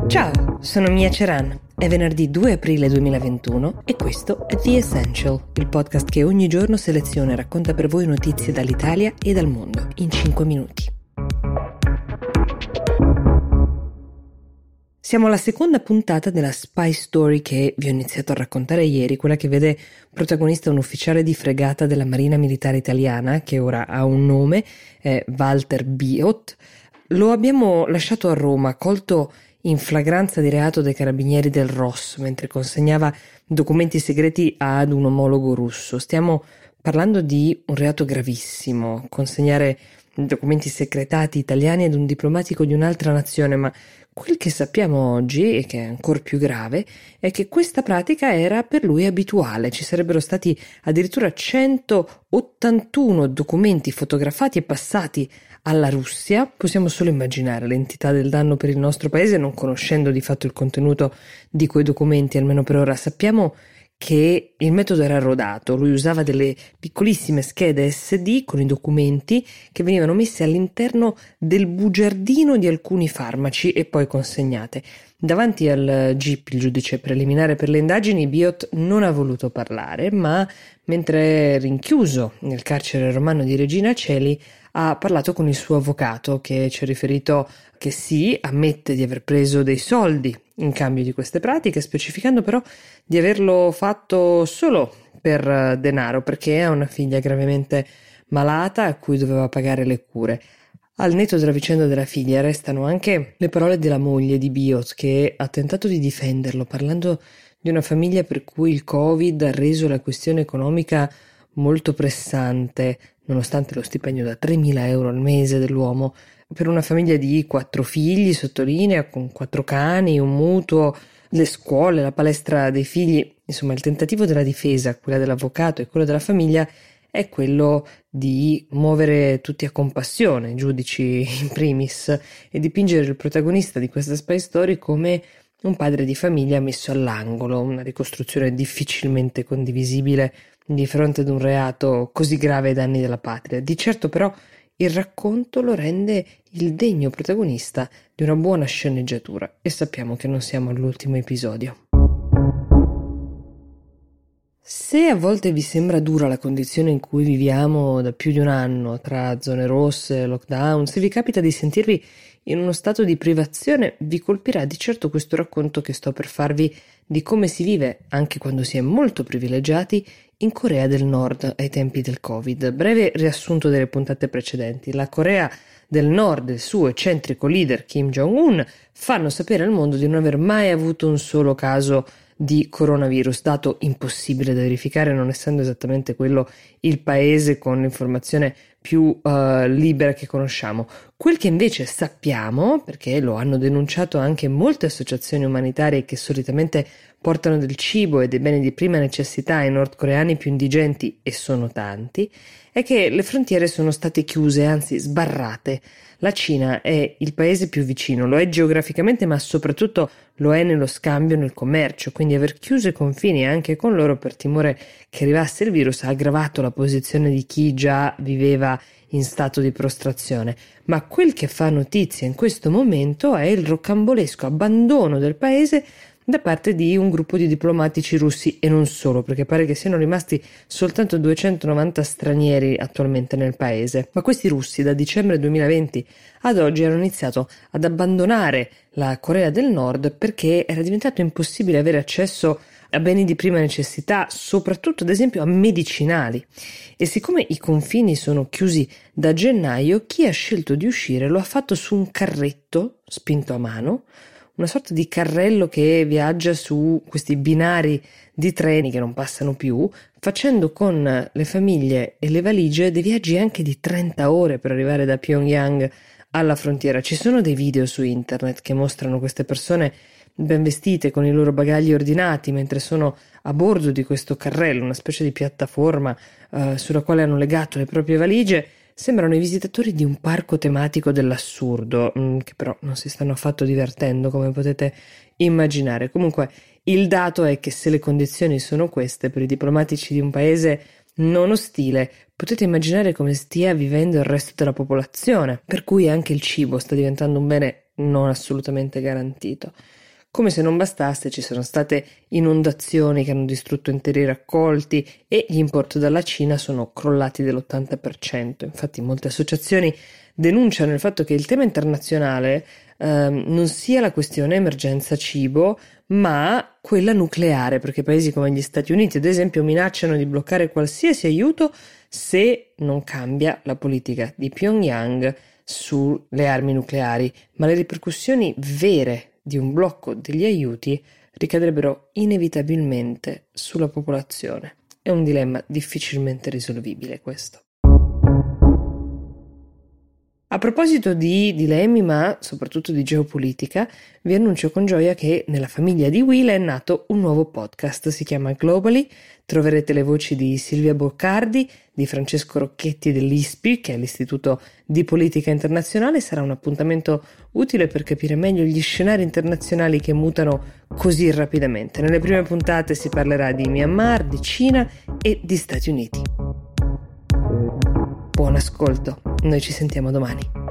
Ciao, sono Mia Ceran. È venerdì 2 aprile 2021 e questo è The Essential, il podcast che ogni giorno seleziona e racconta per voi notizie dall'Italia e dal mondo in 5 minuti. Siamo alla seconda puntata della spy story che vi ho iniziato a raccontare ieri, quella che vede protagonista un ufficiale di fregata della Marina Militare Italiana, che ora ha un nome, è Walter Biot. Lo abbiamo lasciato a Roma, colto in flagranza di reato dai carabinieri del ROS, mentre consegnava documenti segreti ad un omologo russo. Stiamo parlando di un reato gravissimo, consegnare documenti segretati italiani ad un diplomatico di un'altra nazione, ma quel che sappiamo oggi, e che è ancora più grave, è che questa pratica era per lui abituale. Ci sarebbero stati addirittura 181 documenti fotografati e passati alla Russia. Possiamo solo immaginare l'entità del danno per il nostro paese, non conoscendo di fatto il contenuto di quei documenti, almeno per ora. Sappiamo che il metodo era rodato, lui usava delle piccolissime schede SD con i documenti che venivano messe all'interno del bugiardino di alcuni farmaci e poi consegnate. Davanti al GIP, il giudice preliminare per le indagini, Biot non ha voluto parlare, ma mentre è rinchiuso nel carcere romano di Regina Coeli ha parlato con il suo avvocato, che ci ha riferito che sì, ammette di aver preso dei soldi in cambio di queste pratiche, specificando però di averlo fatto solo per denaro, perché ha una figlia gravemente malata a cui doveva pagare le cure. Al netto della vicenda della figlia restano anche le parole della moglie di Biot, che ha tentato di difenderlo, parlando di una famiglia per cui il Covid ha reso la questione economica molto pressante, nonostante lo stipendio da 3.000 euro al mese dell'uomo. Per una famiglia di 4 figli, sottolinea, con 4 cani, un mutuo, le scuole, la palestra dei figli, insomma il tentativo della difesa, quella dell'avvocato e quello della famiglia, è quello di muovere tutti a compassione, i giudici in primis, e dipingere il protagonista di questa spy story come un padre di famiglia messo all'angolo, una ricostruzione difficilmente condivisibile di fronte ad un reato così grave ai danni della patria. Di certo però il racconto lo rende il degno protagonista di una buona sceneggiatura e sappiamo che non siamo all'ultimo episodio. Se a volte vi sembra dura la condizione in cui viviamo da più di un anno, tra zone rosse e lockdown, se vi capita di sentirvi in uno stato di privazione, vi colpirà di certo questo racconto che sto per farvi di come si vive, anche quando si è molto privilegiati, in Corea del Nord ai tempi del Covid. Breve riassunto delle puntate precedenti. La Corea del Nord e il suo eccentrico leader Kim Jong-un fanno sapere al mondo di non aver mai avuto un solo caso di coronavirus, dato impossibile da verificare, non essendo esattamente quello il paese con l'informazione più libera che conosciamo. Quel che invece sappiamo, perché lo hanno denunciato anche molte associazioni umanitarie che solitamente portano del cibo e dei beni di prima necessità ai nordcoreani più indigenti, e sono tanti, è che le frontiere sono state chiuse, anzi sbarrate. La Cina è il paese più vicino, lo è geograficamente, ma soprattutto lo è nello scambio, nel commercio, quindi aver chiuso i confini anche con loro per timore che arrivasse il virus ha aggravato la posizione di chi già viveva in stato di prostrazione. Ma quel che fa notizia in questo momento è il rocambolesco abbandono del paese da parte di un gruppo di diplomatici russi, e non solo, perché pare che siano rimasti soltanto 290 stranieri attualmente nel paese. Ma questi russi da dicembre 2020 ad oggi hanno iniziato ad abbandonare la Corea del Nord perché era diventato impossibile avere accesso a beni di prima necessità, soprattutto ad esempio a medicinali. E siccome i confini sono chiusi da gennaio, chi ha scelto di uscire lo ha fatto su un carretto spinto a mano, una sorta di carrello che viaggia su questi binari di treni che non passano più, facendo con le famiglie e le valigie dei viaggi anche di 30 ore per arrivare da Pyongyang alla frontiera. Ci sono dei video su internet che mostrano queste persone ben vestite con i loro bagagli ordinati mentre sono a bordo di questo carrello, una specie di piattaforma sulla quale hanno legato le proprie valigie. Sembrano i visitatori di un parco tematico dell'assurdo, che però non si stanno affatto divertendo, come potete immaginare. Comunque, il dato è che se le condizioni sono queste per i diplomatici di un paese non ostile, potete immaginare come stia vivendo il resto della popolazione, per cui anche il cibo sta diventando un bene non assolutamente garantito. Come se non bastasse, ci sono state inondazioni che hanno distrutto interi raccolti e gli import dalla Cina sono crollati dell'80%. Infatti molte associazioni denunciano il fatto che il tema internazionale non sia la questione emergenza cibo, ma quella nucleare, perché paesi come gli Stati Uniti, ad esempio, minacciano di bloccare qualsiasi aiuto se non cambia la politica di Pyongyang sulle armi nucleari, ma le ripercussioni vere di un blocco degli aiuti ricadrebbero inevitabilmente sulla popolazione. È un dilemma difficilmente risolvibile questo. A proposito di dilemmi, ma soprattutto di geopolitica, vi annuncio con gioia che nella famiglia di Will è nato un nuovo podcast, si chiama Globally. Troverete le voci di Silvia Boccardi, di Francesco Rocchetti dell'ISPI, che è l'Istituto di Politica Internazionale. Sarà un appuntamento utile per capire meglio gli scenari internazionali che mutano così rapidamente. Nelle prime puntate si parlerà di Myanmar, di Cina e di Stati Uniti. Buon ascolto, noi ci sentiamo domani.